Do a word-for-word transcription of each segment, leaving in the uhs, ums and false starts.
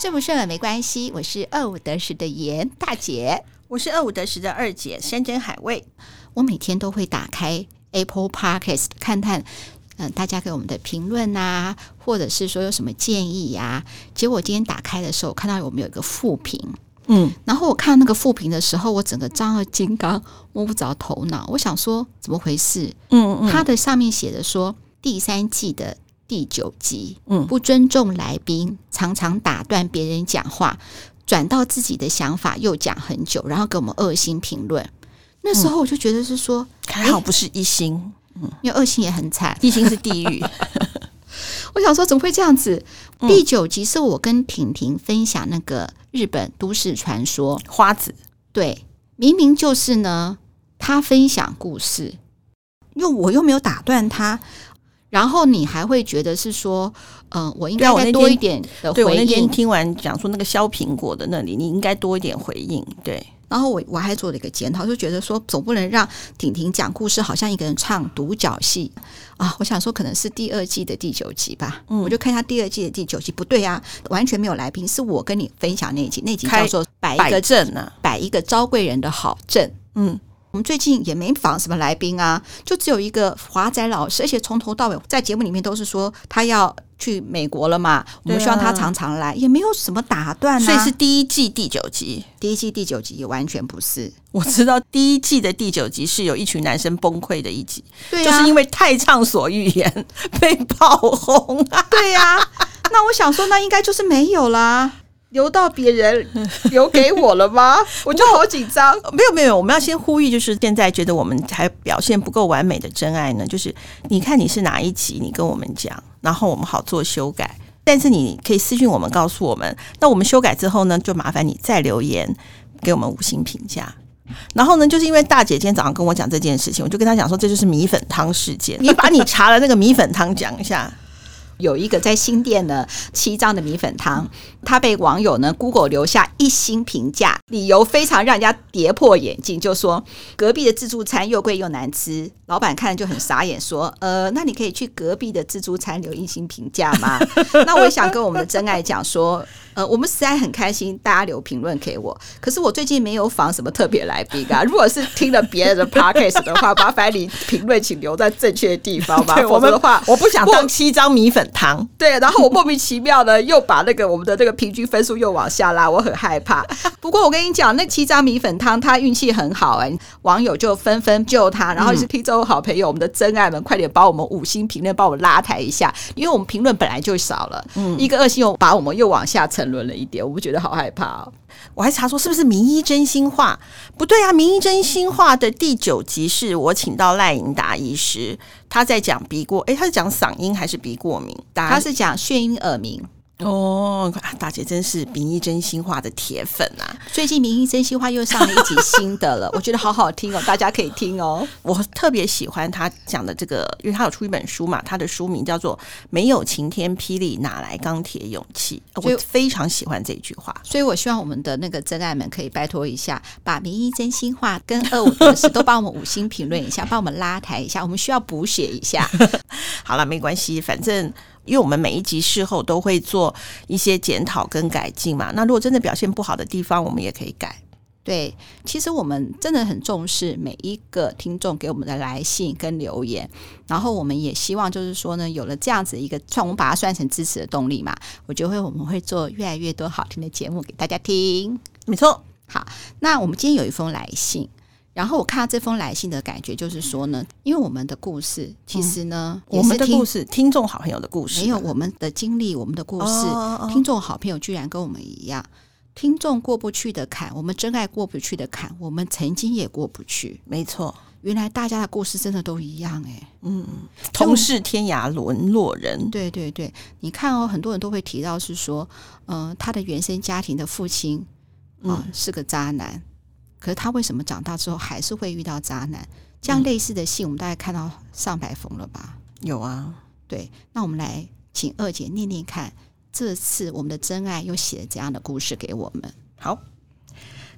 顺不顺耳没关系，我是二五得十的严大姐， 我是二五得十的二姐山珍海味。 我每天都会打开 Apple Podcast 看看嗯、呃，大家给我们的评论啊，或者是说有什么建议啊。结果今天打开的时候，我看到我们有一个负评，嗯，然后我看那个负评的时候，我整个丈二金刚摸不着头脑。我想说怎么回事？嗯嗯，它的上面写的说第三季的第九集，嗯，不尊重来宾，常常打断别人讲话，转到自己的想法又讲很久，然后给我们二星评论。那时候我就觉得是说， 还好不是一星。 嗯，因为二星也很惨， 一星是地狱。 我想说怎么会这样子？嗯、第九集是我跟婷婷分享那个日本都市传说花子， 对，明明就是呢，他分享故事，因为我又没有打断他，然后你还会觉得是说，嗯、呃，我应该再多一点的回应。 对，我那天听完讲说那个削苹果的那里，你应该多一点回应，对。 然后我我还做了一个检讨，就觉得说总不能让婷婷讲故事好像一个人唱独角戏啊！我想说可能是第二季的第九集吧，嗯、我就看一下第二季的第九集，不对啊，完全没有来宾，是我跟你分享那一集，那集叫做摆一个阵啊， 摆一个招贵人的好阵。嗯，我们最近也没访什么来宾啊，就只有一个华仔老师，而且从头到尾在节目里面都是说他要去美国了嘛，我们希望他常常来，啊、也没有什么打断啊。 所以是第一季第九集， 第一季第九集也完全不是。 我知道第一季的第九集是有一群男生崩溃的一集， 对啊， 就是因为太畅所欲言被炮轰啊。 对啊，那我想说，那应该就是没有啦。留到别人留给我了吗？我就好紧张。 没有没有，我们要先呼吁，就是现在觉得我们还表现不够完美的真爱呢，就是你看你是哪一集，你跟我们讲，然后我们好做修改。但是你可以私讯我们告诉我们，那我们修改之后呢，就麻烦你再留言给我们五星评价。然后呢，就是因为大姐今天早上跟我讲这件事情，我就跟她讲说，这就是米粉汤事件。你把你查了那个米粉汤讲一下。 有一个在新店的七张的米粉汤，他被网友呢 Google 留下一星评价，理由非常让人家跌破眼镜，就说隔壁的自助餐又贵又难吃，老板看了就很傻眼，说呃，那你可以去隔壁的自助餐留一星评价吗？那我也想跟我们的真爱讲说，呃，我们实在很开心大家留评论给我，可是我最近没有访什么特别来宾啊，如果是听了别人的 podcast 的话，麻烦你评论请留在正确的地方吧，否则的话我不想当七张米粉汤。 对，然后我莫名其妙的又把那个我们的这个平均分数又往下拉，我很害怕。不过我跟你讲，那七张米粉汤他运气很好哎、欸，网友就纷纷救他，然后是听众好朋友，我们的真爱们快点把我们五星评论帮我拉抬一下，因为我们评论本来就少了，嗯、一个二星又把我们又往下沉沦了一点，我们觉得好害怕哦。 我还查说是不是名医真心话？不对啊，名医真心话的第九集是我请到赖颖达医师，他在讲鼻过，诶，他是讲嗓音还是鼻过敏？ 他是讲眩晕耳鸣。 哦，大姐真是名医真心话的铁粉啊！ 最近名医真心话又上了一集新的了，我觉得好好听哦，大家可以听哦。 我特别喜欢他讲的这个，因为他有出一本书嘛，他的书名叫做《没有晴天霹雳，哪来钢铁勇气》，我非常喜欢这句话。 所以我希望我们的那个真爱们可以拜托一下，把名医真心话跟二五得十都帮我们五星评论一下，帮我们拉抬一下，我们需要补血一下。 好了，没关系，反正。因为我们每一集事后都会做一些检讨跟改进嘛，那如果真的表现不好的地方，我们也可以改。 对，其实我们真的很重视每一个听众给我们的来信跟留言，然后我们也希望就是说呢，有了这样子一个，我们把它算成支持的动力嘛，我觉得我们会做越来越多好听的节目给大家听。 没错。 好，那我们今天有一封来信。然后我看到这封来信的感觉就是说呢，因为我们的故事其实呢、 嗯、我们的故事听众好朋友的故事没有我们的经历，我们的故事、哦、听众好朋友居然跟我们一样，听众过不去的坎，我们真爱过不去的坎，我们曾经也过不去。 没错， 原来大家的故事真的都一样哎、欸，嗯， 同是天涯沦落人。 对对对，你看哦，很多人都会提到是说，嗯、呃，他的原生家庭的父亲啊、呃嗯、是个渣男。可是他为什么长大之后还是会遇到渣男？这样类似的信我们大概看到上百封了吧？ 有啊。 对，那我们来请二姐念念看，这次我们的真爱又写了怎样的故事给我们。 好，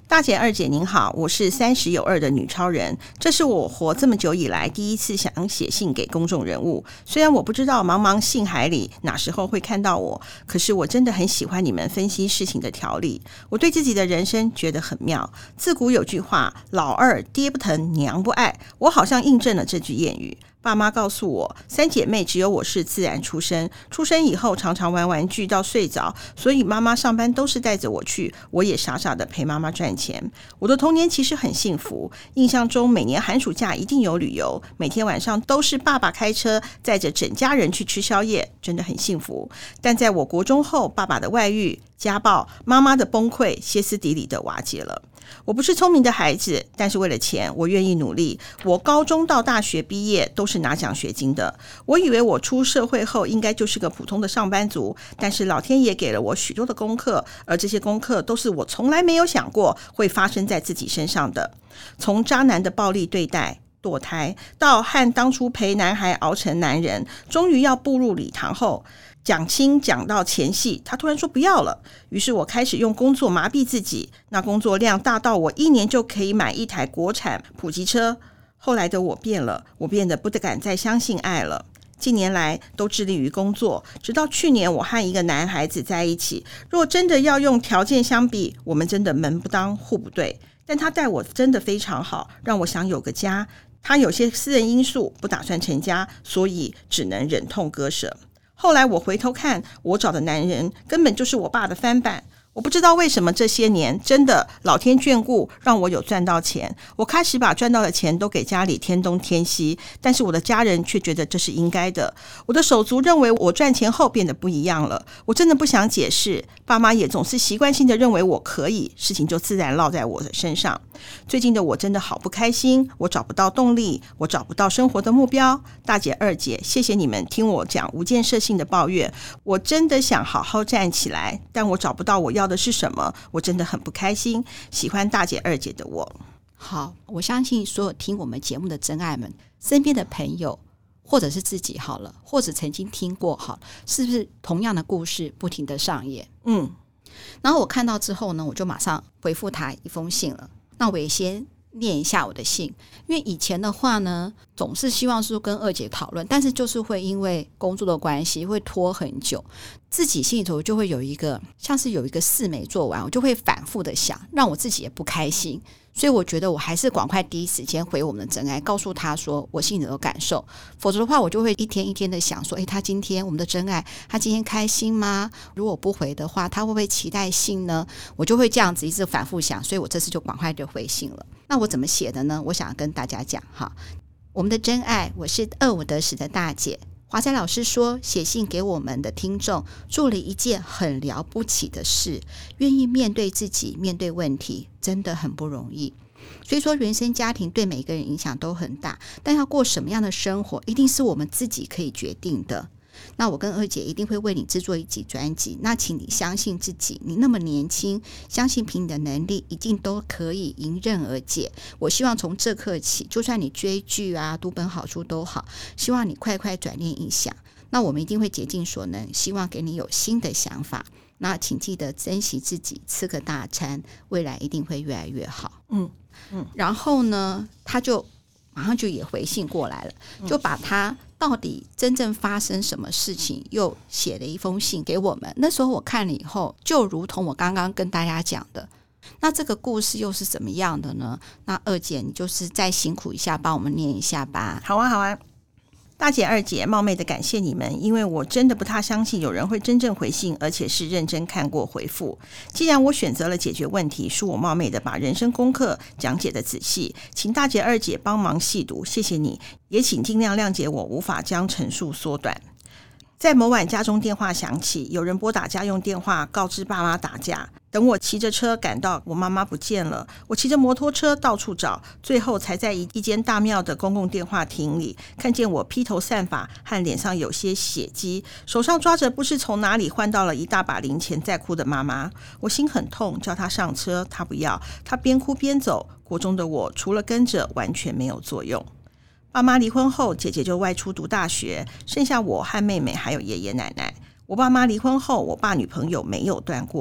大姐二姐您好，我是三十有二的女超人，这是我活这么久以来第一次想写信给公众人物。虽然我不知道茫茫信海里哪时候会看到我，可是我真的很喜欢你们分析事情的条理。我对自己的人生觉得很妙。自古有句话，老二爹不疼娘不爱，我好像印证了这句谚语。爸妈告诉我，三姐妹只有我是自然出生，出生以后常常玩玩具到睡着，所以妈妈上班都是带着我去，我也傻傻的陪妈妈赚钱。我的童年其实很幸福，印象中每年寒暑假一定有旅游，每天晚上都是爸爸开车载着整家人去吃宵夜，真的很幸福。但在我国中后，爸爸的外遇、家暴，妈妈的崩溃，歇斯底里的瓦解了。我不是聪明的孩子，但是为了钱，我愿意努力。我高中到大学毕业都是拿奖学金的。我以为我出社会后应该就是个普通的上班族，但是老天爷给了我许多的功课，而这些功课都是我从来没有想过会发生在自己身上的。从渣男的暴力对待、堕胎，到和当初陪男孩熬成男人，终于要步入礼堂后，讲清讲到前戏，他突然说不要了。于是我开始用工作麻痹自己，那工作量大到我一年就可以买一台国产普及车。后来的我变了，我变得不敢再相信爱了。近年来都致力于工作，直到去年我和一个男孩子在一起，若真的要用条件相比，我们真的门不当户不对。但他待我真的非常好，让我想有个家。他有些私人因素不打算成家，所以只能忍痛割舍。后来我回头看，我找的男人根本就是我爸的翻版。我不知道为什么这些年真的老天眷顾，让我有赚到钱。我开始把赚到的钱都给家里添东添西，但是我的家人却觉得这是应该的。我的手足认为我赚钱后变得不一样了。我真的不想解释，爸妈也总是习惯性的认为我可以，事情就自然落在我的身上。最近的我真的好不开心，我找不到动力，我找不到生活的目标。大姐二姐，谢谢你们听我讲无建设性的抱怨，我真的想好好站起来，但我找不到我要的是什么，我真的很不开心。喜欢大姐二姐的我。 好，我相信所有听我们节目的真爱们，身边的朋友或者是自己好了，或者曾经听过好了，是不是同样的故事不停的上演？嗯，然后我看到之后呢，我就马上回复他一封信了。那我也先念一下我的信，因为以前的话呢，总是希望是跟二姐讨论，但是就是会因为工作的关系会拖很久，自己心里头就会有一个像是有一个事没做完，我就会反复的想，让我自己也不开心。所以我觉得我还是赶快第一时间回我们的真爱，告诉他说我心里的感受，否则的话我就会一天一天的想说，诶，他今天我们的真爱他今天开心吗？如果不回的话，他会不会期待信呢？我就会这样子一直反复想，所以我这次就赶快的回信了。那我怎么写的呢？我想跟大家讲哈，我们的真爱，我是二五得十的大姐。华仔老师说，写信给我们的听众做了一件很了不起的事，愿意面对自己，面对问题，真的很不容易。所以说原生家庭对每个人影响都很大，但要过什么样的生活，一定是我们自己可以决定的。那我跟二姐一定会为你制作一集专辑，那请你相信自己，你那么年轻，相信凭你的能力一定都可以迎刃而解。我希望从这刻起，就算你追剧啊，读本好书都好，希望你快快转念一想，那我们一定会竭尽所能，希望给你有新的想法。那请记得珍惜自己，吃个大餐，未来一定会越来越好。嗯嗯，然后呢，他就马上就也回信过来了，就把他到底真正发生什么事情又写了一封信给我们。那时候我看了以后，就如同我刚刚跟大家讲的，那这个故事又是怎么样的呢？那二姐你就是再辛苦一下，帮我们念一下吧。 好啊好啊，大姐二姐冒昧的感谢你们，因为我真的不太相信有人会真正回信，而且是认真看过回复。既然我选择了解决问题，恕我冒昧的把人生功课讲解的仔细，请大姐二姐帮忙细读，谢谢你，也请尽量谅解我无法将陈述缩短。在某晚家中电话响起，有人拨打家用电话告知爸妈打架。等我骑着车赶到，我妈妈不见了。我骑着摩托车到处找，最后才在一间大庙的公共电话亭里看见我披头散发和脸上有些血迹，手上抓着不知从哪里换到了一大把零钱在哭的妈妈。我心很痛，叫她上车，她不要，她边哭边走。国中的我除了跟着完全没有作用。爸妈离婚后，姐姐就外出读大学，剩下我和妹妹还有爷爷奶奶。我爸妈离婚后，我爸女朋友没有断过，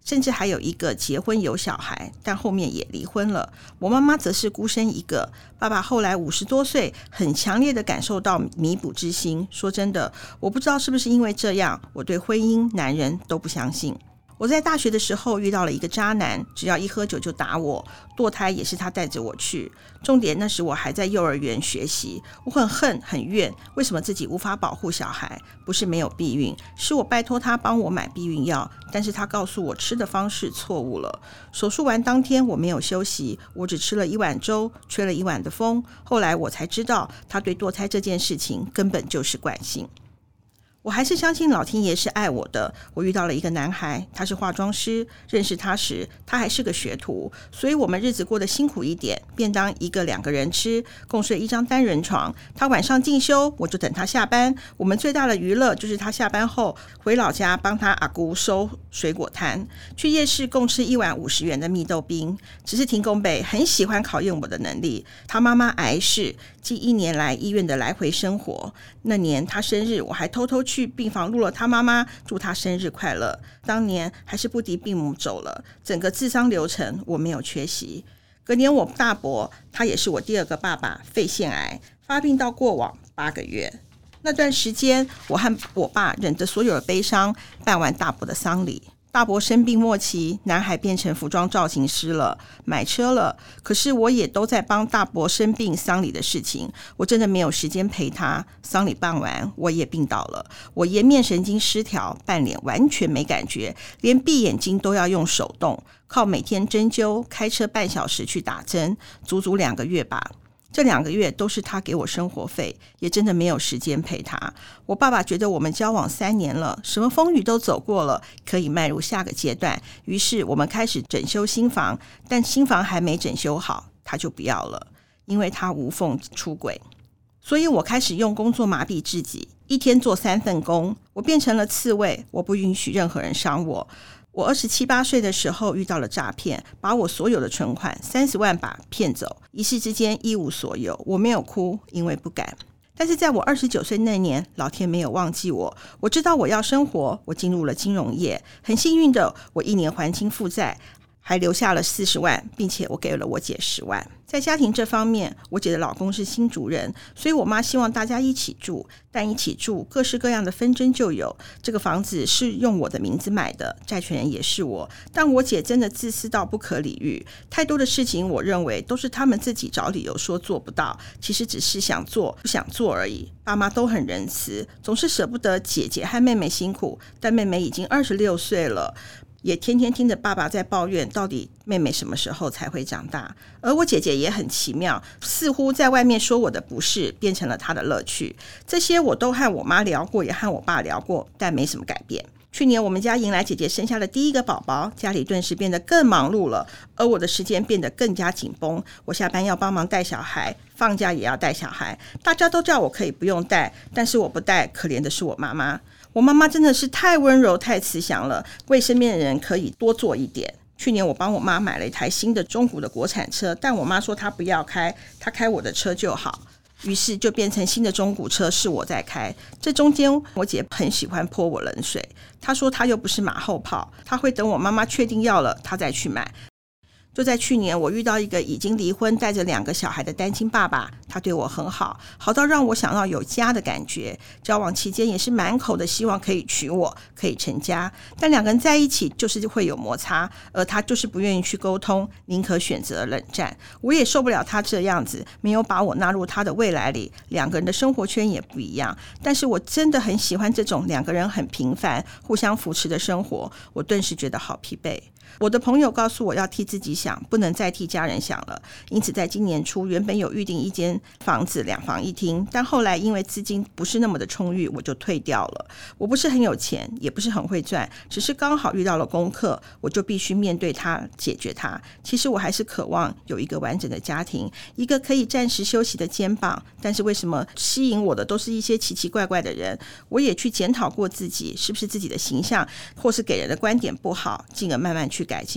甚至还有一个结婚有小孩，但后面也离婚了。我妈妈则是孤身一个，爸爸后来五十多岁，很强烈的感受到弥补之心。说真的，我不知道是不是因为这样，我对婚姻、男人都不相信。我在大学的时候遇到了一个渣男，只要一喝酒就打我，堕胎也是他带着我去。重点那时我还在幼儿园学习，我很恨很怨，为什么自己无法保护小孩？不是没有避孕，是我拜托他帮我买避孕药，但是他告诉我吃的方式错误了。手术完当天我没有休息，我只吃了一碗粥，吹了一碗的风。后来我才知道，他对堕胎这件事情根本就是惯性。我还是相信老天爷是爱我的。我遇到了一个男孩，他是化妆师，认识他时他还是个学徒，所以我们日子过得辛苦一点，便当一个两个人吃，共睡一张单人床。他晚上进修，我就等他下班。我们最大的娱乐就是他下班后回老家帮他阿姑收水果摊，去夜市共吃一碗五十元的蜜豆冰。只是停工北很喜欢考验我的能力，他妈妈癌逝，近一年来医院的来回生活。那年他生日，我还偷偷去去病房录了他妈妈，祝他生日快乐。当年还是不敌病母走了，整个治丧流程我没有缺席。隔年我大伯，他也是我第二个爸爸，肺腺癌发病到过往八个月。那段时间我和我爸忍着所有的悲伤办完大伯的丧礼。大伯生病末期，男孩变成服装造型师了，买车了，可是我也都在帮大伯生病丧礼的事情，我真的没有时间陪他。丧礼办完我也病倒了，我颜面神经失调，半脸完全没感觉，连闭眼睛都要用手动，靠每天针灸，开车半小时去打针，足足两个月吧。这两个月都是他给我生活费，也真的没有时间陪他。我爸爸觉得我们交往三年了，什么风雨都走过了，可以迈入下个阶段，于是我们开始整修新房，但新房还没整修好，他就不要了，因为他无缝出轨。所以我开始用工作麻痹自己，一天做三份工，我变成了刺猬，我不允许任何人伤我。我二十七八岁的时候遇到了诈骗，把我所有的存款三十万把骗走，一夕之间一无所有。我没有哭，因为不敢。但是在我二十九岁那年，老天没有忘记我，我知道我要生活，我进入了金融业。很幸运的，我一年还清负债，还留下了四十万，并且我给了我姐十万。在家庭这方面，我姐的老公是新竹人，所以我妈希望大家一起住，但一起住各式各样的纷争就有。这个房子是用我的名字买的，债权人也是我，但我姐真的自私到不可理喻，太多的事情我认为都是他们自己找理由说做不到，其实只是想做不想做而已。爸妈都很仁慈，总是舍不得姐姐和妹妹辛苦，但妹妹已经二十六岁了，也天天听着爸爸在抱怨到底妹妹什么时候才会长大。而我姐姐也很奇妙，似乎在外面说我的不是变成了她的乐趣。这些我都和我妈聊过，也和我爸聊过，但没什么改变。去年我们家迎来姐姐生下的第一个宝宝，家里顿时变得更忙碌了，而我的时间变得更加紧绷。我下班要帮忙带小孩，放假也要带小孩，大家都叫我可以不用带，但是我不带，可怜的是我妈妈。我妈妈真的是太温柔太慈祥了，为身边的人可以多做一点。去年我帮我妈买了一台新的中古的国产车，但我妈说她不要开，她开我的车就好，于是就变成新的中古车是我在开。这中间我姐很喜欢泼我冷水，她说她又不是马后炮，她会等我妈妈确定要了她再去买。就在去年，我遇到一个已经离婚带着两个小孩的单亲爸爸，他对我很好，好到让我想到有家的感觉。交往期间也是满口的希望可以娶我，可以成家，但两个人在一起就是会有摩擦，而他就是不愿意去沟通，宁可选择冷战。我也受不了他这样子，没有把我纳入他的未来里，两个人的生活圈也不一样。但是我真的很喜欢这种两个人很平凡、互相扶持的生活，我顿时觉得好疲惫。我的朋友告诉我要替自己想，不能再替家人想了，因此在今年初原本有预定一间房子两房一厅，但后来因为资金不是那么的充裕，我就退掉了。我不是很有钱，也不是很会赚，只是刚好遇到了功课，我就必须面对它，解决它。其实我还是渴望有一个完整的家庭，一个可以暂时休息的肩膀，但是为什么吸引我的都是一些奇奇怪怪的人？我也去检讨过自己，是不是自己的形象或是给人的观点不好，进而慢慢去改进。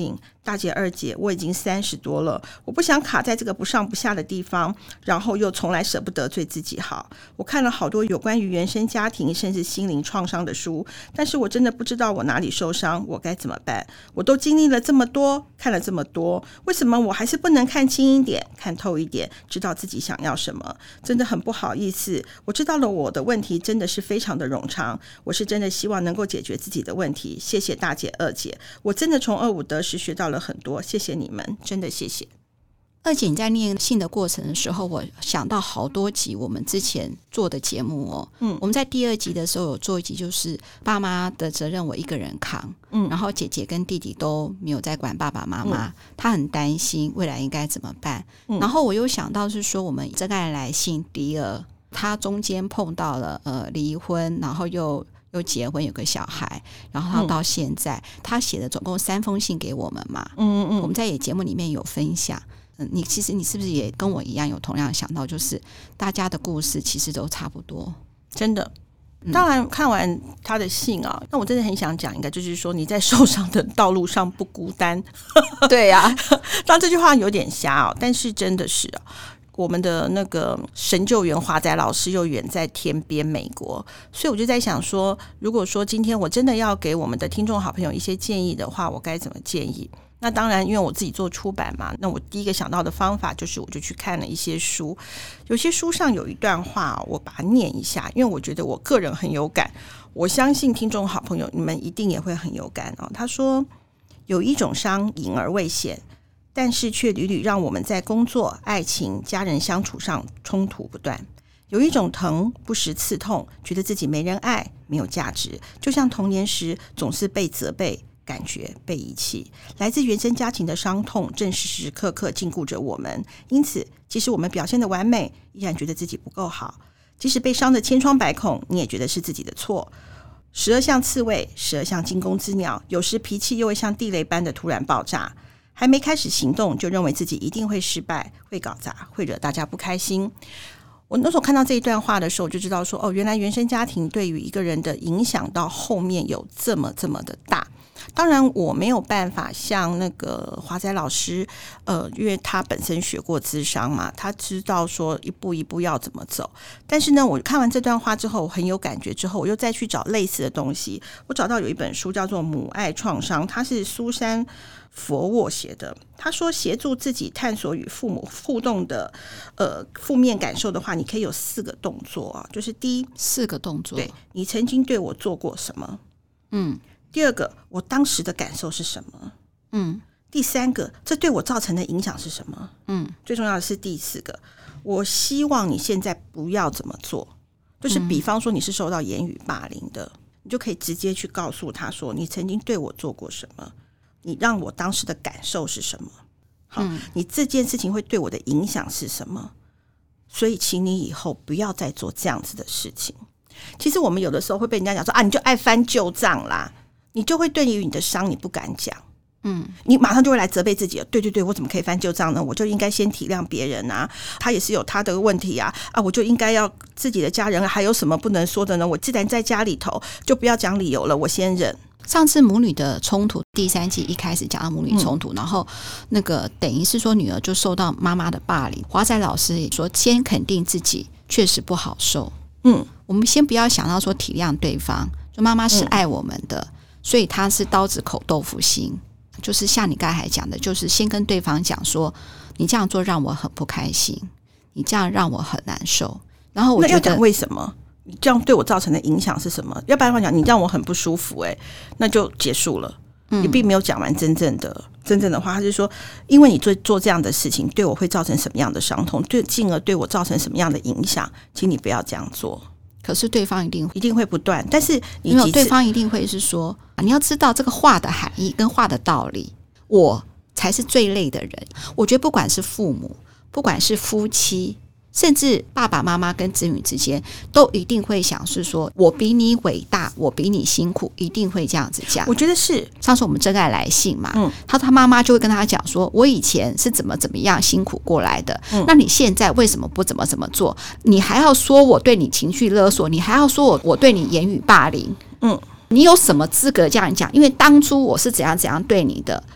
大姐二姐，我已经三十多了，我不想卡在这个不上不下的地方，然后又从来舍不得对自己好。我看了好多有关于原生家庭甚至心灵创伤的书，但是我真的不知道我哪里受伤，我该怎么办？我都经历了这么多，看了这么多，为什么我还是不能看清一点，看透一点，知道自己想要什么？真的很不好意思，我知道了我的问题真的是非常的冗长，我是真的希望能够解决自己的问题。谢谢大姐二姐，我真的从二五得十学到了很多，谢谢你们，真的谢谢。 二姐，你在念信的过程的时候，我想到好多集我们之前做的节目哦。嗯，我们在第二集的时候有做一集，就是爸妈的责任我一个人扛。嗯，然后姐姐跟弟弟都没有在管爸爸妈妈，嗯、他很担心未来应该怎么办。嗯、然后我又想到是说，我们真爱来信迪尔，他中间碰到了呃离婚，然后又。又结婚有个小孩，然后他到现在、嗯、他写的总共三封信给我们嘛。嗯嗯，我们在也节目里面有分享。嗯，你其实你是不是也跟我一样有同样想到，就是大家的故事其实都差不多， 真的。当然看完他的信啊，那我真的很想讲一个，就是说你在受伤的道路上不孤单。 对呀、啊， 当然这句话有点瞎哦，但是真的是啊。我们的那个神救援华仔老师又远在天边美国，所以我就在想说，如果说今天我真的要给我们的听众好朋友一些建议的话，我该怎么建议？那当然因为我自己做出版嘛，那我第一个想到的方法就是我就去看了一些书，有些书上有一段话我把它念一下，因为我觉得我个人很有感，我相信听众好朋友你们一定也会很有感哦。他说有一种伤隐而未显，但是却屡屡让我们在工作、爱情、家人相处上冲突不断。有一种疼不时刺痛，觉得自己没人爱，没有价值，就像童年时总是被责备，感觉被遗弃。来自原生家庭的伤痛正时时刻刻禁锢着我们，因此即使我们表现得完美，依然觉得自己不够好。即使被伤得千疮百孔，你也觉得是自己的错。时而像刺猬，时而像惊弓之鸟，有时脾气又会像地雷般的突然爆炸。还没开始行动就认为自己一定会失败，会搞砸，会惹大家不开心。我那时候看到这一段话的时候，我就知道说，哦，原来原生家庭对于一个人的影响到后面有这么这么的大。当然我没有办法像那个华仔老师，呃，因为他本身学过諮商嘛，他知道说一步一步要怎么走。但是呢，我看完这段话之后，我很有感觉之后，我又再去找类似的东西。我找到有一本书叫做《母爱创伤》，它是苏珊佛沃写的。他说，协助自己探索与父母互动的呃负面感受的话，你可以有四个动作啊，就是第一， 四个动作， 对，你曾经对我做过什么？嗯。第二个，我当时的感受是什么？嗯。第三个，这对我造成的影响是什么？嗯。最重要的是第四个，我希望你现在不要怎么做。就是比方说你是受到言语霸凌的，你就可以直接去告诉他说，你曾经对我做过什么，你让我当时的感受是什么？好，嗯、你这件事情会对我的影响是什么？所以请你以后不要再做这样子的事情。其实我们有的时候会被人家讲说啊，你就爱翻旧账啦，你就会对于你的伤你不敢讲，嗯，你马上就会来责备自己了。对对对，我怎么可以翻旧账呢？我就应该先体谅别人啊，他也是有他的问题啊，啊，我就应该要自己的家人还有什么不能说的呢？我既然在家里头，就不要讲理由了，我先忍。 上次母女的冲突第三季一开始讲到母女冲突、嗯、然后那个等于是说女儿就受到妈妈的霸凌，华仔老师也说先肯定自己确实不好受。嗯，我们先不要想到说体谅对方，就妈妈是爱我们的、嗯、所以她是刀子口豆腐心，就是像你刚才讲的，就是先跟对方讲说你这样做让我很不开心，你这样让我很难受，然后我觉得那要讲为什么你这样对我造成的影响是什么，要不然的话讲你让我很不舒服、欸、那就结束了、嗯、你并没有讲完真正的真正的话。他是说因为你做做这样的事情对我会造成什么样的伤痛，对进而对我造成什么样的影响，请你不要这样做。 可是对方一定一定会不断，但是你没有，对方一定会是说你要知道这个话的含义跟话的道理，我才是最累的人。我觉得不管是父母，不管是夫妻，甚至爸爸妈妈跟子女之间，都一定会想是说我比你伟大，我比你辛苦，一定会这样子讲。 我觉得是上次我们真爱来信嘛，嗯，他他妈妈就会跟他讲说，我以前是怎么怎么样辛苦过来的、嗯、那你现在为什么不怎么怎么做？你还要说我对你情绪勒索，你还要说我我对你言语霸凌，嗯，你有什么资格这样讲？因为当初我是怎样怎样对你的，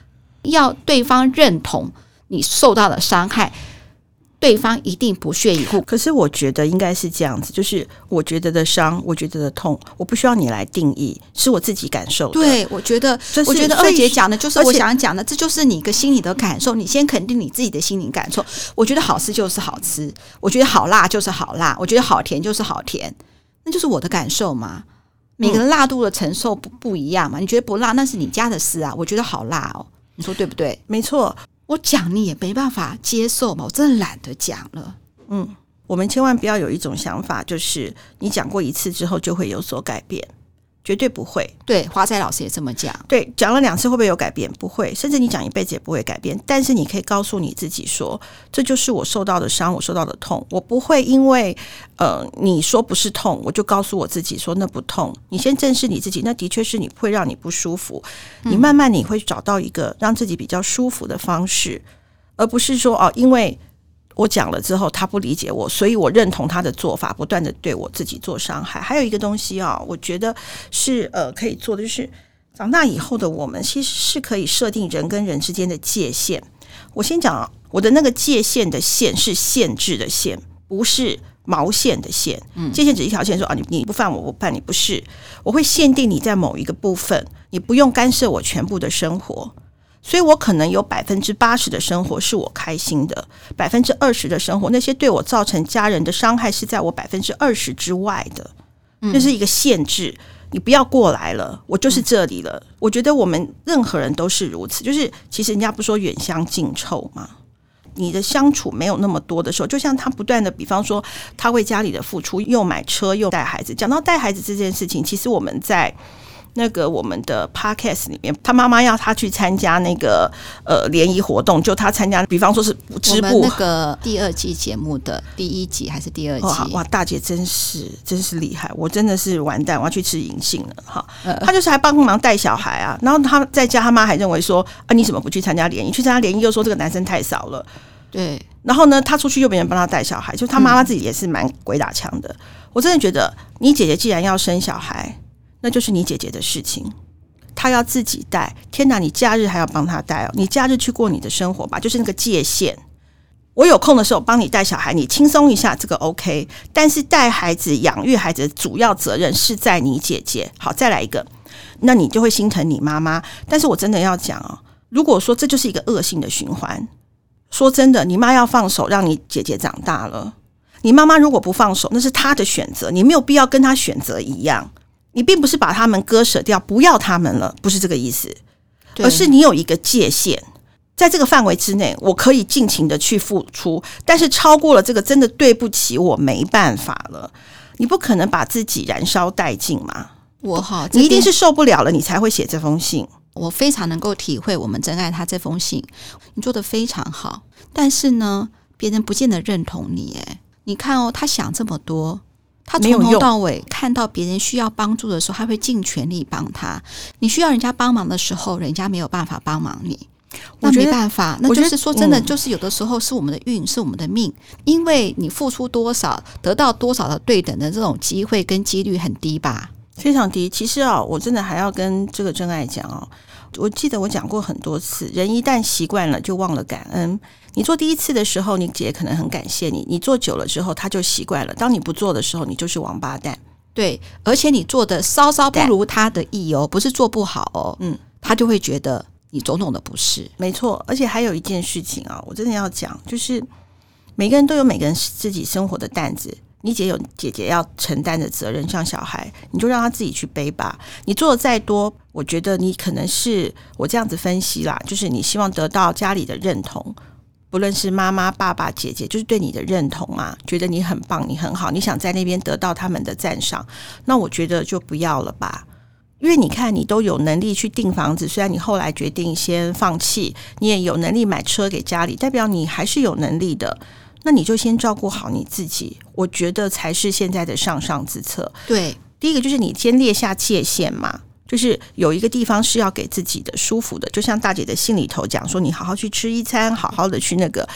要对方认同你受到的伤害，对方一定不屑一顾。 可是我觉得应该是这样子，就是我觉得的伤，我觉得的痛，我不需要你来定义，是我自己感受的。 对，我觉得，我觉得二姐讲的就是我想讲的，这就是你一个心理的感受。你先肯定你自己的心理感受。我觉得好吃就是好吃，我觉得好辣就是好辣，我觉得好甜就是好甜，那就是我的感受嘛。每个人辣度的承受不不一样嘛。你觉得不辣，那是你家的事啊。我觉得好辣哦，你说对不对？ 没错。 我讲你也没办法接受嘛，我真的懒得讲了。 嗯，我们千万不要有一种想法，就是你讲过一次之后就会有所改变，绝对不会。 对，华仔老师也这么讲。 对，讲了两次会不会有改变？不会，甚至你讲一辈子也不会改变。但是你可以告诉你自己说，这就是我受到的伤，我受到的痛。我不会因为呃你说不是痛，我就告诉我自己说那不痛。你先正视你自己，那的确是你会让你不舒服。你慢慢你会找到一个让自己比较舒服的方式，而不是说哦，因为我讲了之后他不理解我，所以我认同他的做法，不断的对我自己做伤害。还有一个东西啊、哦，我觉得是呃可以做的，就是长大以后的我们其实是可以设定人跟人之间的界限。我先讲、啊、我的那个界限的线是限制的线，不是毛线的线。界限只一条线说啊，你你不犯我，我犯你，不是。我会限定你在某一个部分，你不用干涉我全部的生活。所以我可能有百分之八十的生活是我开心的，百分之二十的生活，那些对我造成家人的伤害是在我百分之二十之外的，这是一个限制。你不要过来了，我就是这里了。我觉得我们任何人都是如此，就是其实人家不说远香近臭吗？你的相处没有那么多的时候，就像他不断的，比方说他为家里的付出，又买车又带孩子。讲到带孩子这件事情，其实我们在那个我们的 podcast 里面，他妈妈要他去参加那个呃联谊活动，就他参加，比方说是织布， 我们那个第二季节目的第一集还是第二季？ 哇, 哇，大姐真是真是厉害，我真的是完蛋，我要去吃银杏了哈。他就是还帮忙带小孩啊，然后他在家，他妈还认为说啊，你怎么不去参加联谊？去参加联谊又说这个男生太少了。 对， 然后呢，他出去又别人帮他带小孩，就他妈妈自己也是蛮鬼打墙的。我真的觉得，你姐姐既然要生小孩，那就是你姐姐的事情，她要自己带。天哪，你假日还要帮她带哦？你假日去过你的生活吧，就是那个界限。我有空的时候帮你带小孩，你轻松一下，这个 OK。但是带孩子、养育孩子的主要责任是在你姐姐。好，再来一个，那你就会心疼你妈妈。但是我真的要讲哦，如果说这就是一个恶性的循环，说真的，你妈要放手让你姐姐长大了，你妈妈如果不放手，那是她的选择，你没有必要跟她选择一样。你并不是把他们割舍掉，不要他们了，不是这个意思，而是你有一个界限，在这个范围之内，我可以尽情的去付出，但是超过了这个，真的对不起，我没办法了。你不可能把自己燃烧殆尽嘛？ 我好， 你一定是受不了了，你才会写这封信。 我非常能够体会我们真爱他这封信，你做得非常好，但是呢，别人不见得认同你。哎，你看哦，他想这么多，他从头到尾看到别人需要帮助的时候，他会尽全力帮他。你需要人家帮忙的时候，人家没有办法帮忙你，那没办法，那就是说真的，就是有的时候是我们的运，是我们的命，因为你付出多少，得到多少的对等的这种机会跟几率很低吧。 非常低。其实啊、哦，我真的还要跟这个真爱讲哦，我记得我讲过很多次，人一旦习惯了就忘了感恩。你做第一次的时候，你姐可能很感谢你，你做久了之后，他就习惯了。当你不做的时候，你就是王八蛋。 对，而且你做的稍稍不如他的意哦，不是做不好哦，嗯，他就会觉得你种种的不是。 没错，而且还有一件事情啊，我真的要讲，就是每个人都有每个人自己生活的担子。你姐有姐姐要承担的责任，像小孩，你就让他自己去背吧。你做的再多，我觉得你可能是我这样子分析啦，就是你希望得到家里的认同，不论是妈妈、爸爸、姐姐，就是对你的认同啊，觉得你很棒，你很好，你想在那边得到他们的赞赏，那我觉得就不要了吧。因为你看，你都有能力去订房子，虽然你后来决定先放弃，你也有能力买车给家里，代表你还是有能力的。那你就先照顾好你自己，我觉得才是现在的上上之策。 对， 第一个就是你先列下界限嘛，就是有一个地方是要给自己的舒服的，就像大姐的信里头讲说，你好好去吃一餐，好好的去那个，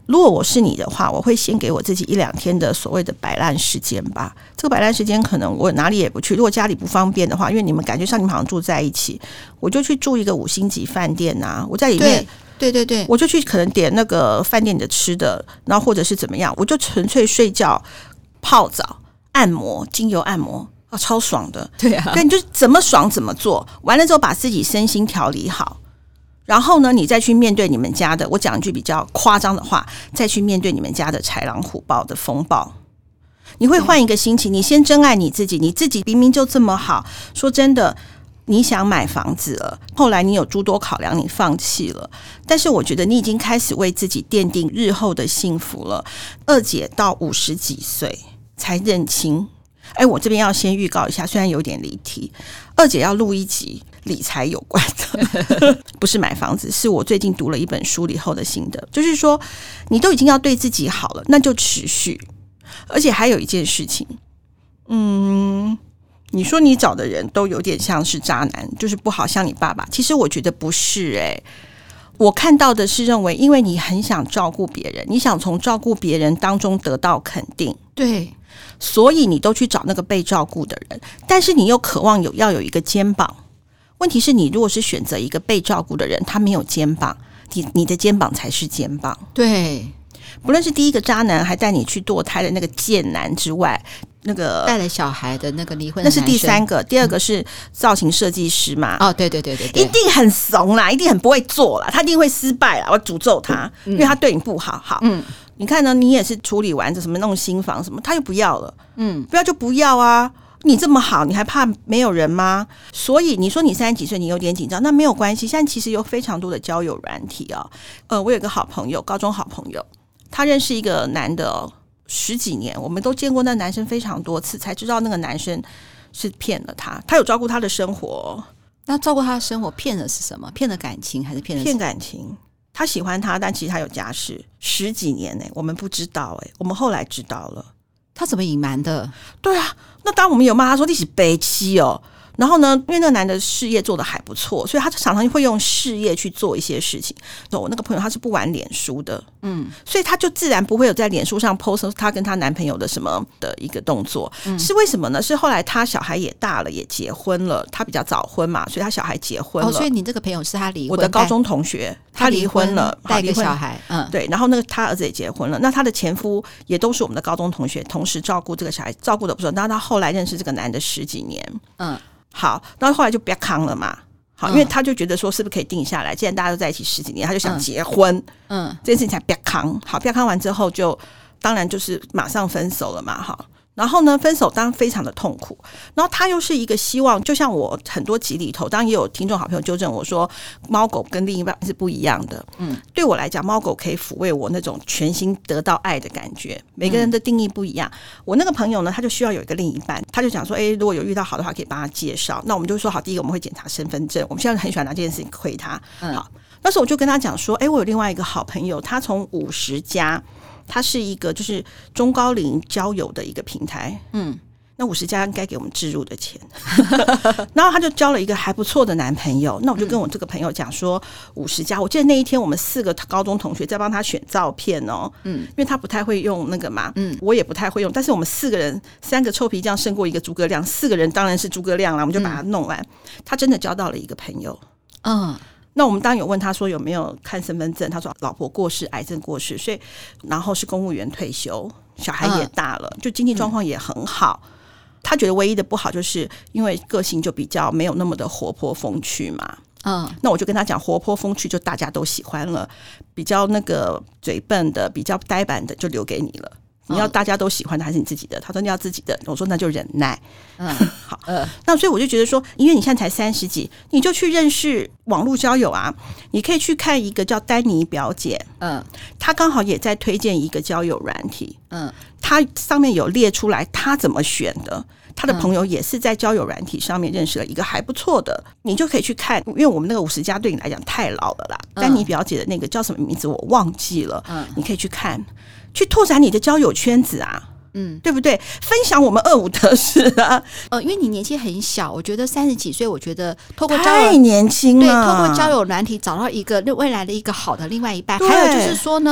如果我是你的话，我会先给我自己一两天的所谓的摆烂时间吧。这个摆烂时间可能我哪里也不去，如果家里不方便的话，因为你们感觉上你们好像住在一起，我就去住一个五星级饭店啊，我在里面。 对对对， 我就去可能点那个饭店的吃的，然后或者是怎么样，我就纯粹睡觉、泡澡、按摩、精油按摩啊，超爽的。 对啊， 对，你就怎么爽怎么做，完了之后把自己身心调理好，然后呢，你再去面对你们家的，我讲一句比较夸张的话，再去面对你们家的豺狼虎豹的风暴。你会换一个心情，你先珍爱你自己，你自己明明就这么好，说真的。你想买房子了，后来你有诸多考量，你放弃了。但是我觉得你已经开始为自己奠定日后的幸福了。二姐到五十几岁才认清，哎，我这边要先预告一下，虽然有点离题，二姐要录一集理财有关的，不是买房子，是我最近读了一本书以后的心得，就是说，你都已经要对自己好了，那就持续。而且还有一件事情，嗯。你说你找的人都有点像是渣男，就是不好，像你爸爸。其实我觉得不是诶、欸，我看到的是认为，因为你很想照顾别人，你想从照顾别人当中得到肯定， 对， 所以你都去找那个被照顾的人，但是你又渴望有要有一个肩膀。问题是你如果是选择一个被照顾的人，他没有肩膀，你你的肩膀才是肩膀。 对， 不论是第一个渣男还带你去堕胎的那个贱男之外。那个带了小孩的那个离婚的那是第三个，第二个是造型设计师嘛？ 哦，对对对对对， 一定很怂啦，一定很不会做啦，他一定会失败啦，我诅咒他，嗯、因为他对你不好。好，嗯，你看呢，你也是处理完这什么弄新房什么，他又不要了，嗯，不要就不要啊，你这么好，你还怕没有人吗？所以你说你三十几岁，你有点紧张，那没有关系，现在其实有非常多的交友软体哦。呃，我有个好朋友，高中好朋友，他认识一个男的哦。十几年，我们都见过那男生非常多次，才知道那个男生是骗了他。他有照顾他的生活， 那照顾他的生活骗的是什么？骗的感情还是骗的？ 骗感情。他喜欢他，但其实他有家室，十几年呢、欸，我们不知道哎、欸，我们后来知道了。 他怎么隐瞒的？对啊，那当我们有骂他说你是悲妻哦。然后呢，因为那个男的事业做得还不错，所以他常常会用事业去做一些事情。我那个朋友他是不玩脸书的，嗯，所以他就自然不会有在脸书上 post 他跟他男朋友的什么的一个动作。嗯、是为什么呢？是后来他小孩也大了，也结婚了，他比较早婚嘛，所以他小孩结婚了。 哦，所以你这个朋友是他离婚， 我的高中同学，他离婚了， 带个小孩，嗯， 对，然后那个他儿子也结婚了，那他的前夫也都是我们的高中同学，同时照顾这个小孩，照顾的不错。那他后来认识这个男的十几年，嗯。好，然后后来就不要扛了嘛。好，因为他就觉得说，是不是可以定下来？既然大家都在一起十几年，他就想结婚。嗯，嗯这件事情才不要扛。好，不要扛完之后就，当然就是马上分手了嘛。哈，然后呢，分手当然非常的痛苦。然后他又是一个希望，就像我很多集里头，当然也有听众好朋友纠正我说，猫狗跟另一半是不一样的。嗯，对我来讲，猫狗可以抚慰我那种全心得到爱的感觉。每个人的定义不一样。嗯、我那个朋友呢，他就需要有一个另一半，他就讲说，哎，如果有遇到好的话，可以帮他介绍。那我们就说好，第一个我们会检查身份证。我们现在很喜欢拿这件事情亏他。嗯、好，那时候我就跟他讲说，哎，我有另外一个好朋友，他从五十加。它是一个就是中高龄交友的一个平台，嗯，那五十家应该给我们置入的钱，然后他就交了一个还不错的男朋友，那我就跟我这个朋友讲说，五十家，我记得那一天我们四个高中同学在帮他选照片哦，嗯，因为他不太会用那个嘛，嗯，我也不太会用，但是我们四个人，三个臭皮匠胜过一个诸葛亮，四个人当然是诸葛亮了，我们就把它弄完，嗯、他真的交到了一个朋友，嗯。那我们当然有问他说有没有看身份证，他说老婆过世，癌症过世，所以然后是公务员退休，小孩也大了，就经济状况也很好。他觉得唯一的不好就是因为个性就比较没有那么的活泼风趣嘛。嗯，那我就跟他讲，活泼风趣就大家都喜欢了，比较那个嘴笨的、比较呆板的就留给你了。你要大家都喜欢的还是你自己的？他说你要自己的，我说那就忍耐。嗯，好，呃，那所以我就觉得说，因为你现在才三十几，你就去认识网络交友啊。你可以去看一个叫丹尼表姐，嗯，她刚好也在推荐一个交友软体，嗯，她上面有列出来她怎么选的。他的朋友也是在交友软体上面认识了一个还不错的，你就可以去看，因为我们那个五十家对你来讲太老了啦。丹尼表姐的那个叫什么名字我忘记了，嗯，你可以去看。去拓展你的交友圈子啊，嗯，对不对？分享我们二五得失啊， 呃，因为你年纪很小，我觉得三十几岁，我觉得透过交友太年轻了， 对，透过交友软体找到一个未来的一个好的另外一半。还有就是说呢，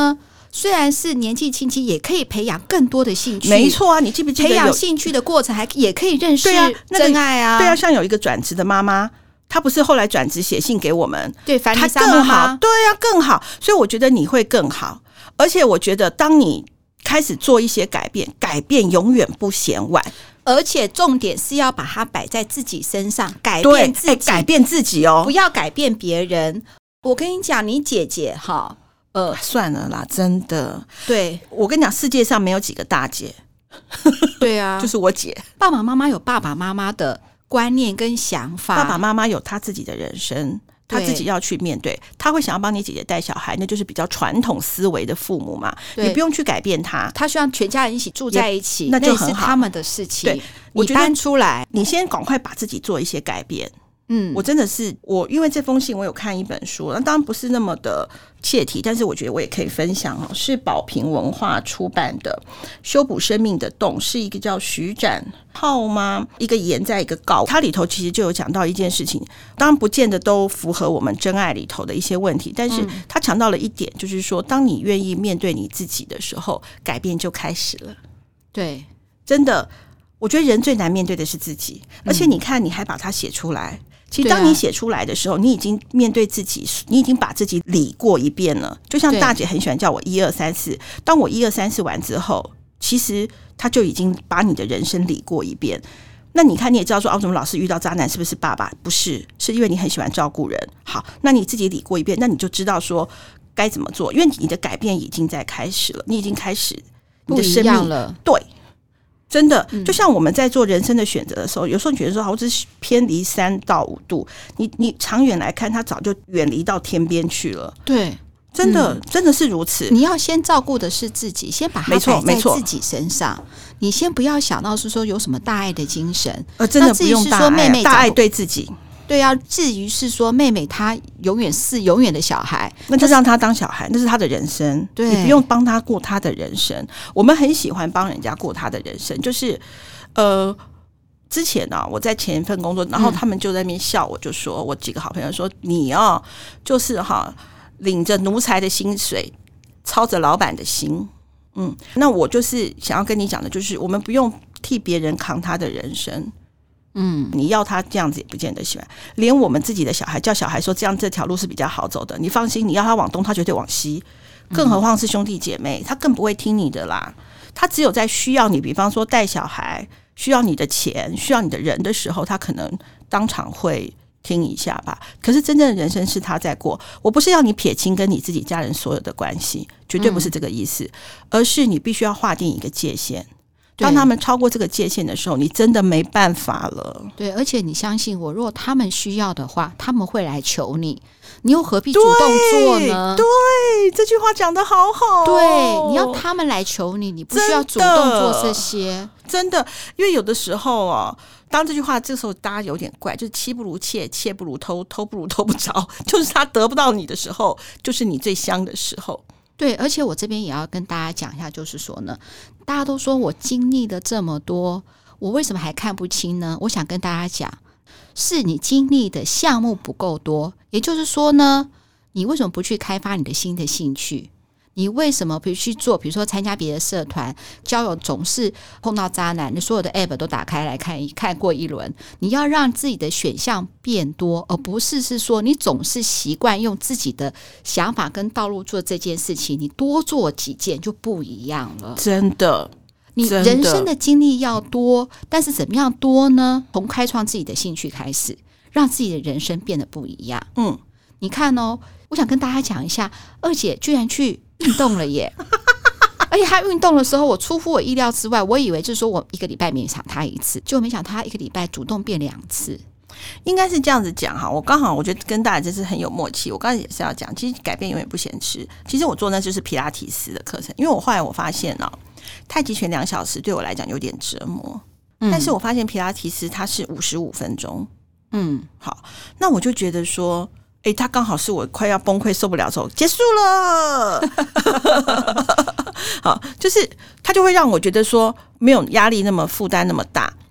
虽然是年纪轻轻，也可以培养更多的兴趣。 没错啊，你记不记得培养兴趣的过程还也可以认识真爱啊？ 对啊，像有一个转职的妈妈，她不是后来转职写信给我们， 对，凡妮莎她更好， 妈妈对啊，更好。所以我觉得你会更好，而且我觉得当你开始做一些改变，改变永远不嫌晚。 而且重点是要把它摆在自己身上，改变自己， 改变自己哦， 不要改变别人。我跟你讲，你姐姐哈。 呃，算了啦，真的。 对， 我跟你讲，世界上没有几个大姐。 对啊， 就是我姐。 爸爸妈妈有爸爸妈妈的观念跟想法， 爸爸妈妈有他自己的人生，他自己要去面对。他会想要帮你姐姐带小孩，那就是比较传统思维的父母嘛。你不用去改变他， 他希望全家人一起住在一起， 那就很好， 那是他们的事情。 对， 你搬出来， 你先赶快把自己做一些改变。 嗯， 我真的是我，因为这封信我有看一本书，那当然不是那么的切题，但是我觉得我也可以分享哦。是宝瓶文化出版的《修补生命的洞》，是一个叫徐展浩吗？一个言在一个告，它里头其实就有讲到一件事情，当然不见得都符合我们真爱里头的一些问题，但是他强调了一点，就是说，当你愿意面对你自己的时候，改变就开始了。 对， 真的，我觉得人最难面对的是自己，而且你看，你还把它写出来。其实当你写出来的时候，你已经面对自己，你已经把自己理过一遍了。就像大姐很喜欢叫我一二三四，当我一二三四完之后，其实他就已经把你的人生理过一遍。那你看，你也知道说，奥、啊、怎么老是遇到渣男，是不是爸爸？不是，是因为你很喜欢照顾人。好，那你自己理过一遍，那你就知道说该怎么做，因为你的改变已经在开始了，你已经开始你的生命了， 对。真的，就像我们在做人生的选择的时候，有时候你觉得说，我只是偏离三到五度，你你长远来看，它早就远离到天边去了。 对， 真的、嗯，真的是如此。 你要先照顾的是自己，先把它摆在自己身上。你先不要想到是说有什么大爱的精神， 呃，真的不用大爱，妹妹大爱对自己。 对啊，至于是说妹妹她永远是永远的小孩， 那就让她当小孩，那是她的人生， 对， 你不用帮她过她的人生。我们很喜欢帮人家过她的人生，就是呃，之前呢、啊，我在前一份工作，然后他们就在那边笑我，就说我几个好朋友说你哦，就是哈领着奴才的薪水，操着老板的心，嗯，那我就是想要跟你讲的，就是我们不用替别人扛他的人生。嗯，你要他这样子也不见得喜欢，连我们自己的小孩叫小孩说这样这条路是比较好走的，你放心，你要他往东他绝对往西，更何况是兄弟姐妹，他更不会听你的啦。他只有在需要你，比方说带小孩需要你的钱需要你的人的时候，他可能当场会听一下吧。可是真正的人生是他在过，我不是要你撇清跟你自己家人所有的关系，绝对不是这个意思，而是你必须要划定一个界限，当他们超过这个界限的时候，你真的没办法了。 对，而且你相信我，如果他们需要的话，他们会来求你，你又何必主动做呢？ 对，对，这句话讲得好好、哦。 对，你要他们来求你，你不需要主动做这些。 真的，因为有的时候哦，当这句话这时候大家有点怪，就是妻不如妾，妾不如偷，偷不如偷不着，就是他得不到你的时候，就是你最香的时候。 对，而且我这边也要跟大家讲一下，就是说呢，大家都说我经历了这么多，我为什么还看不清呢？我想跟大家讲，是你经历的项目不够多，也就是说呢，你为什么不去开发你的新的兴趣？你为什么不去做？比如说参加别的社团，交友总是碰到渣男，你所有的 app 都打开来看一看过一轮。你要让自己的选项变多，而不是是说你总是习惯用自己的想法跟道路做这件事情，你多做几件就不一样了。 真的， 你人生的经历要多，但是怎么样多呢？从开创自己的兴趣开始，让自己的人生变得不一样。嗯，你看哦，我想跟大家讲一下，二姐居然去运动了耶！而且她运动的时候，我出乎我意料之外，我以为就是说我一个礼拜勉强她一次，就没想她一个礼拜主动变两次。 应该是这样子讲哈，我刚好我觉得跟大家真是很有默契。我刚才也是要讲，其实改变永远不嫌迟。其实我做那就是皮拉提斯的课程，因为我后来我发现哦，太极拳两小时对我来讲有点折磨，嗯、但是我发现皮拉提斯它是五十五分钟。嗯，好，那我就觉得说。欸，他刚好是我快要崩溃受不了的时候结束了好，就是他就会让我觉得说没有压力那么负担那么大，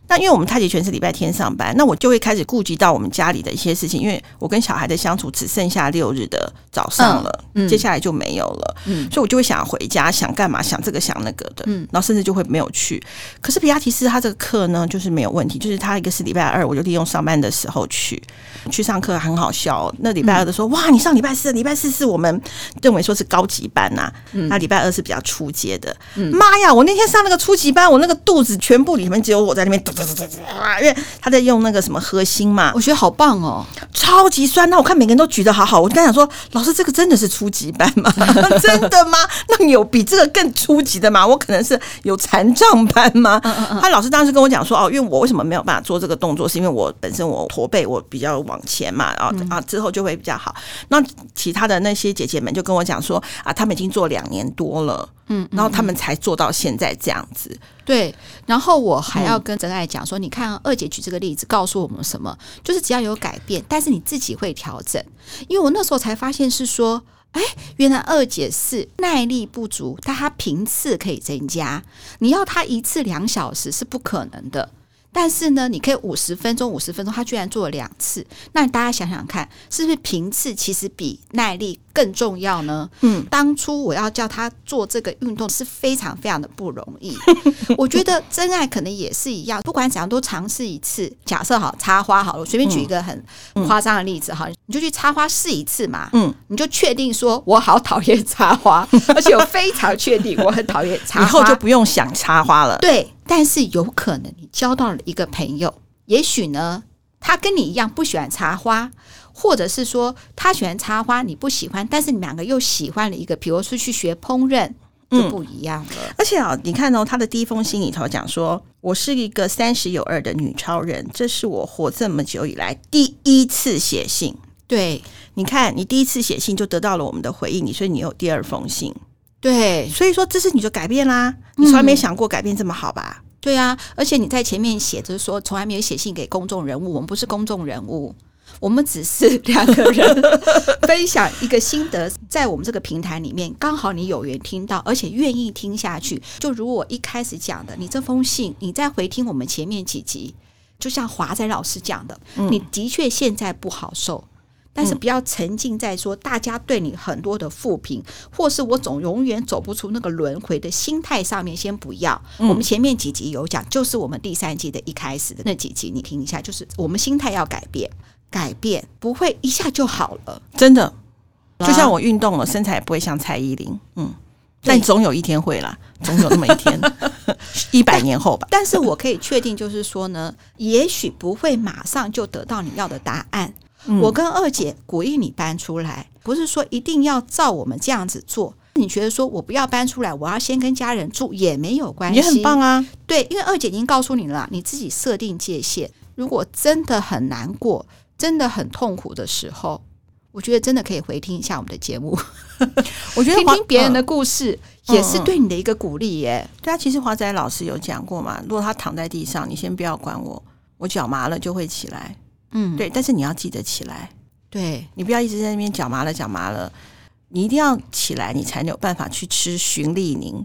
那因为我们太极拳是礼拜天上班，那我就会开始顾及到我们家里的一些事情，因为我跟小孩的相处只剩下六日的早上了，嗯嗯、接下来就没有了，嗯，所以我就会想回家，想干嘛，想这个想那个的，嗯，然后甚至就会没有去。可是皮拉提斯他这个课呢，就是没有问题，就是他一个是礼拜二，我就利用上班的时候去去上课，很好笑、哦。那礼拜二的说、嗯，哇，你上礼拜四，礼拜四是我们认为说是高级班呐、啊，嗯、那礼拜二是比较初阶的。妈、嗯、呀，我那天上那个初级班，我那个肚子全部里面只有我在那边。因为他在用那个什么核心嘛， 我觉得好棒哦， 超级酸。那我看每个人都举得好好，我就跟他讲说，老师这个真的是初级班吗？真的吗？那你有比这个更初级的吗？我可能是有残障班吗？嗯嗯嗯他老师当时跟我讲说，哦，因为我为什么没有办法做这个动作，是因为我本身我驼背，我比较往前嘛，然后、嗯、啊之后就会比较好。那其他的那些姐姐们就跟我讲说，啊，他们已经做两年多了。嗯，然后他们才做到现在这样子。 对，然后我还要跟真爱讲说，你看二姐举这个例子告诉我们什么？就是只要有改变，但是你自己会调整。因为我那时候才发现是说，哎，原来二姐是耐力不足，但她频次可以增加。你要她一次两小时是不可能的。但是呢，你可以五十分钟，五十分钟，他居然做了两次。那大家想想看，是不是频次其实比耐力更重要呢？嗯，当初我要叫他做这个运动是非常非常的不容易。我觉得真爱可能也是一样，不管怎样都尝试一次。假设好插花好了，我随便举一个很夸张的例子哈、嗯，你就去插花试一次嘛。嗯，你就确定说我好讨厌插花，而且我非常确定我很讨厌插花， 以后就不用想插花了。 对。但是有可能你交到了一个朋友，也许呢他跟你一样不喜欢插花，或者是说他喜欢插花你不喜欢，但是你们两个又喜欢了一个，比如说去学烹饪就不一样了、嗯、 而且啊，你看哦，他的第一封信里头讲说，我是一个三十有二的女超人，这是我活这么久以来第一次写信。 对， 你看你第一次写信就得到了我们的回应，所以你有第二封信。 对， 所以说这是你就改变啦，你从来没想过改变这么好吧、嗯、 对啊，而且你在前面写着说从来没有写信给公众人物，我们不是公众人物，我们只是两个人分享一个心得，在我们这个平台里面刚好你有缘听到，而且愿意听下去。就如我一开始讲的，你这封信你再回听我们前面几集，就像华仔老师讲的、嗯、你的确现在不好受，但是不要沉浸在说大家对你很多的负评，或是我总永远走不出那个轮回的心态上面，先不要、嗯、我们前面几集有讲，就是我们第三季的一开始的那几集你听一下，就是我们心态要改变，改变不会一下就好了， 真的就像我运动了身材也不会像蔡依林，嗯，但总有一天会啦，总有那么一天一百年后吧。 但是我可以确定就是说呢，也许不会马上就得到你要的答案。嗯、我跟二姐鼓励你搬出来，不是说一定要照我们这样子做，你觉得说我不要搬出来，我要先跟家人住也没有关系， 也很棒啊。 对，因为二姐已经告诉你了，你自己设定界限，如果真的很难过真的很痛苦的时候，我觉得真的可以回听一下我们的节目我觉得听听别人的故事、嗯、也是对你的一个鼓励耶。 对啊，其实华仔老师有讲过嘛，如果他躺在地上，你先不要管我，我脚麻了就会起来。嗯，对，但是你要记得起来， 对， 你不要一直在那边脚麻了脚麻了，你一定要起来，你才有办法去吃循利宁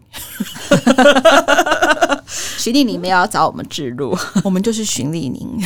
循利宁没有要找我们置入我们就是循利宁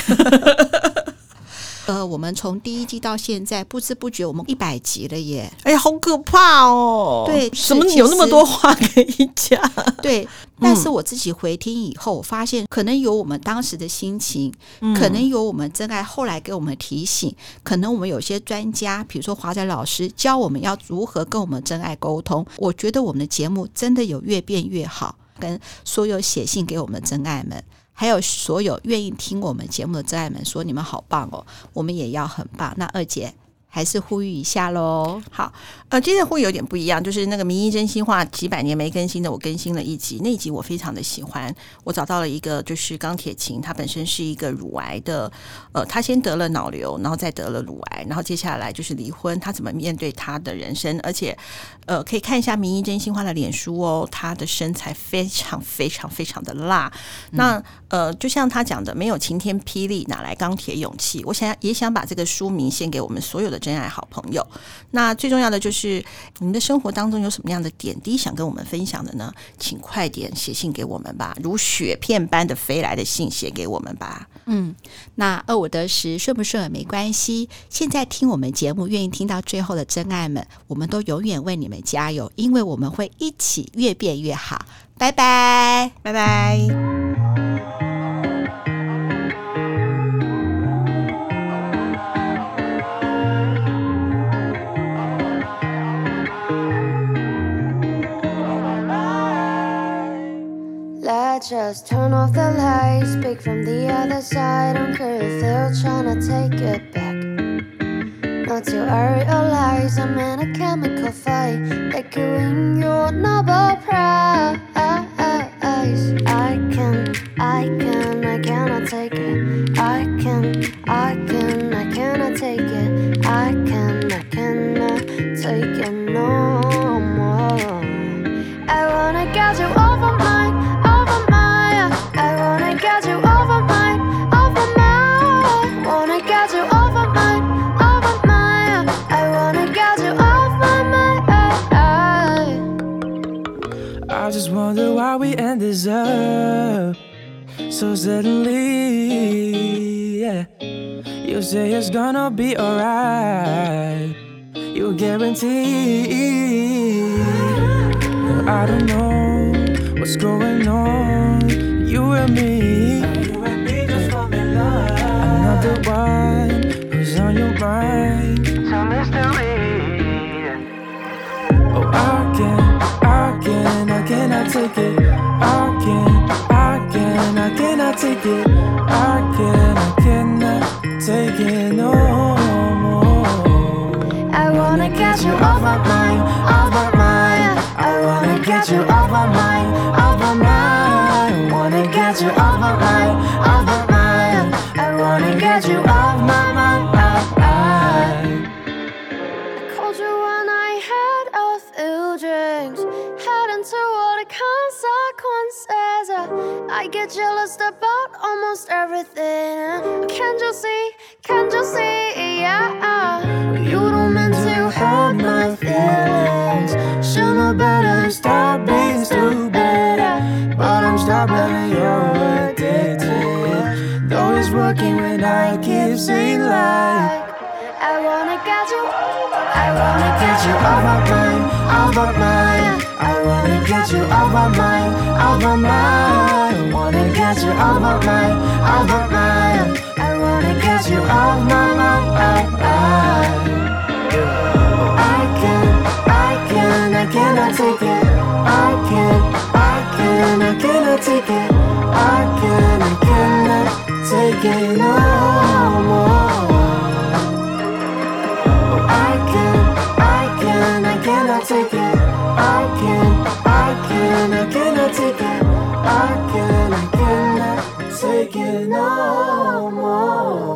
呃，我们从第一季到现在不知不觉我们一百集了耶！ 哎呀，好可怕哦！ 对， 什么有那么多话可以讲？ 对，但是我自己回听以后，我发现可能有我们当时的心情，嗯、可能有我们真爱后来给我们提醒，可能我们有些专家，比如说华仔老师教我们要如何跟我们真爱沟通。我觉得我们的节目真的有越变越好，跟所有写信给我们的真爱们。还有所有愿意听我们节目的真爱们说，你们好棒哦，我们也要很棒。那二姐还是呼吁一下咯。 好，呃，今天的呼吁有点不一样，就是那个名医真心话几百年没更新的，我更新了一集，那一集我非常的喜欢。我找到了一个就是钢铁琴，他本身是一个乳癌的，呃，他先得了脑瘤，然后再得了乳癌，然后接下来就是离婚，他怎么面对他的人生，而且呃，可以看一下名医真心话的脸书哦，他的身材非常非常非常的辣。嗯、那呃，就像他讲的，没有晴天霹雳，哪来钢铁勇气？我想也想把这个书名献给我们所有的真爱好朋友。那最重要的就是您的生活当中有什么样的点滴想跟我们分享的呢？请快点写信给我们吧，如雪片般的飞来的信写给我们吧。 嗯，那二五得十顺不顺耳没关系，现在听我们节目愿意听到最后的真爱们，我们都永远为你们加油，因为我们会一起越变越好。拜拜， 拜拜。 Let's just turn off the lights, speak from the other side. Don't care if they're trying to take it back. Not till I realize I'm in a chemical fight, echoing your noble prize. I can, I can, I cannot take it. I can, I can, I cannot take it. I can, I cannot take it no more. I wanna get you off my mind, off my mind. I wanna get you off my mind, off my mind. Wanna get you off my mind, off my mind. I wanna get you off my mind. I just wonder why we end this up so suddenly. Yeah, you say it's gonna be alright, you guarantee. I don't know what's going on, you and me. Another one who's on your mind, some mystery. Oh, I can, I can, I cannot take it. I can, I can, I cannot take it. I can, I cannot take it no more. I wanna get you off my mind, off my mind. I wanna get you off my mind, off my mind. Wanna get you off my mind, off my mind. I wanna get you off my mind. I called you when I had a few drinks, heading toward the consequences. I get jealous about almost everything. Can't you see, can't you see, yeah. You don't mean to hurt my feelings. Should know better, stop being stupid. But I'm stubborn, you're addicted. Though it's working when I keep saying like, I wanna get you, I wanna get you off my mind, off my mind. I wanna get you off my mind, off my mind. Wanna get you off my mind, off my mind. I wanna get you off my mind. I can, I can, I cannot take it. I can, I can, I cannot take it. I can, I cannot take it no more. I can, I can, I cannot take it. I can, I can, I cannot take it. I can, I cannot take it no more.